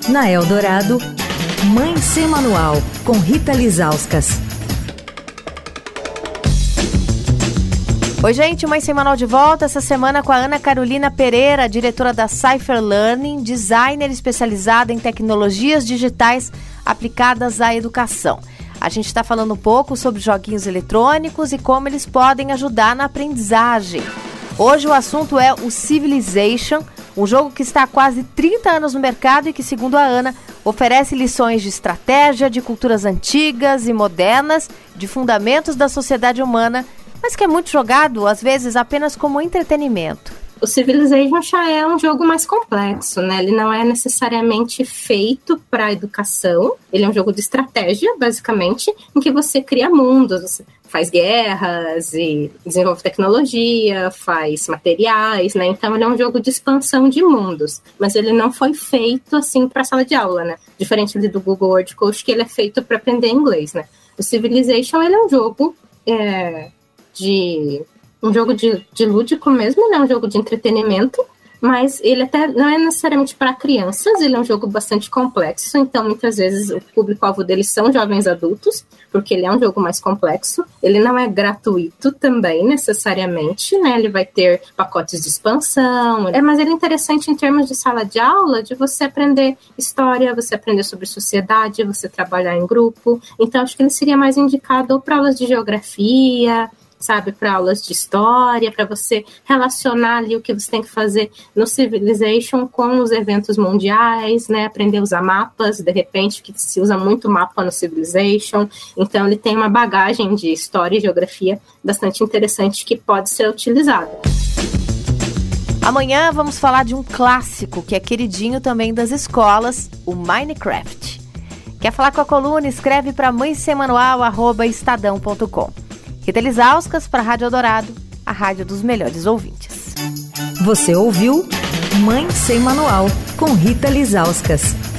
Na Eldorado, Mãe Sem Manual, com Rita Lizauskas. Oi, gente, Mãe Sem Manual de volta essa semana com a Ana Carolina Pereira, diretora da Cypher Learning, designer especializada em tecnologias digitais aplicadas à educação. A gente está falando um pouco sobre joguinhos eletrônicos e como eles podem ajudar na aprendizagem. Hoje o assunto é o Civilization, um jogo que está há quase 30 anos no mercado e que, segundo a Ana, oferece lições de estratégia, de culturas antigas e modernas, de fundamentos da sociedade humana, mas que é muito jogado, às vezes, apenas como entretenimento. O Civilization já é um jogo mais complexo, né? Ele não é necessariamente feito para a educação. Ele é um jogo de estratégia, basicamente, em que você cria mundos, você faz guerras e desenvolve tecnologia, faz materiais, né? Então ele é um jogo de expansão de mundos, mas ele não foi feito assim para sala de aula, né? Diferente ali do Google Word Coach, que ele é feito para aprender inglês, né? O Civilization, ele é um jogo de lúdico mesmo, ele é um jogo de entretenimento, mas ele até não é necessariamente para crianças, ele é um jogo bastante complexo, então muitas vezes o público-alvo dele são jovens adultos, porque ele é um jogo mais complexo, ele não é gratuito também, necessariamente, né, ele vai ter pacotes de expansão, mas ele é interessante em termos de sala de aula, de você aprender história, você aprender sobre sociedade, você trabalhar em grupo, então acho que ele seria mais indicado ou para aulas de geografia, sabe, para aulas de história, para você relacionar ali o que você tem que fazer no Civilization com os eventos mundiais, né, aprender a usar mapas, de repente, que se usa muito mapa no Civilization, então ele tem uma bagagem de história e geografia bastante interessante que pode ser utilizada. Amanhã vamos falar de um clássico que é queridinho também das escolas, o Minecraft. Quer falar com a coluna? Escreve para mãesemmanual@estadão.com. Rita Lizauskas para a Rádio Eldorado, a rádio dos melhores ouvintes. Você ouviu Mãe Sem Manual, com Rita Lizauskas.